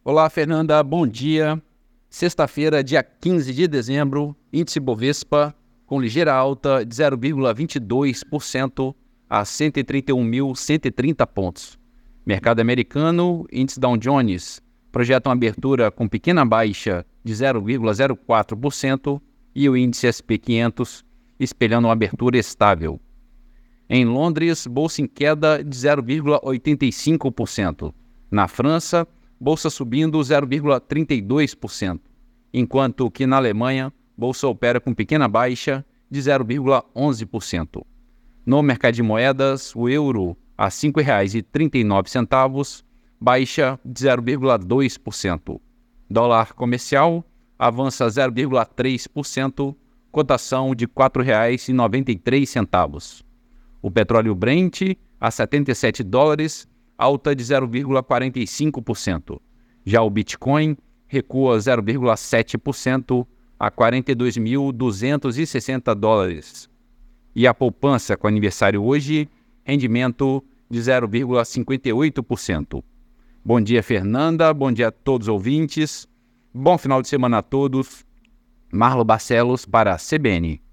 Olá, Fernanda, bom dia. Sexta-feira, dia 15 de dezembro, índice Bovespa com ligeira alta de 0,22% a 131.130 pontos. Mercado americano, índice Dow Jones projeta uma abertura com pequena baixa de 0,04% e o índice S&P 500 espelhando uma abertura estável. Em Londres, bolsa em queda de 0,85%. Na França, bolsa subindo 0,32%, enquanto que na Alemanha, bolsa opera com pequena baixa de 0,11%. No mercado de moedas, o euro a R$ 5,39, baixa de 0,2%. Dólar comercial avança 0,3%, cotação de R$ 4,93. O petróleo Brent a $77, alta de 0,45%. Já o Bitcoin recua 0,7% a $42.260. E a poupança com aniversário hoje, rendimento de 0,58%. Bom dia, Fernanda. Bom dia a todos os ouvintes. Bom final de semana a todos. Marlo Barcelos para a CBN.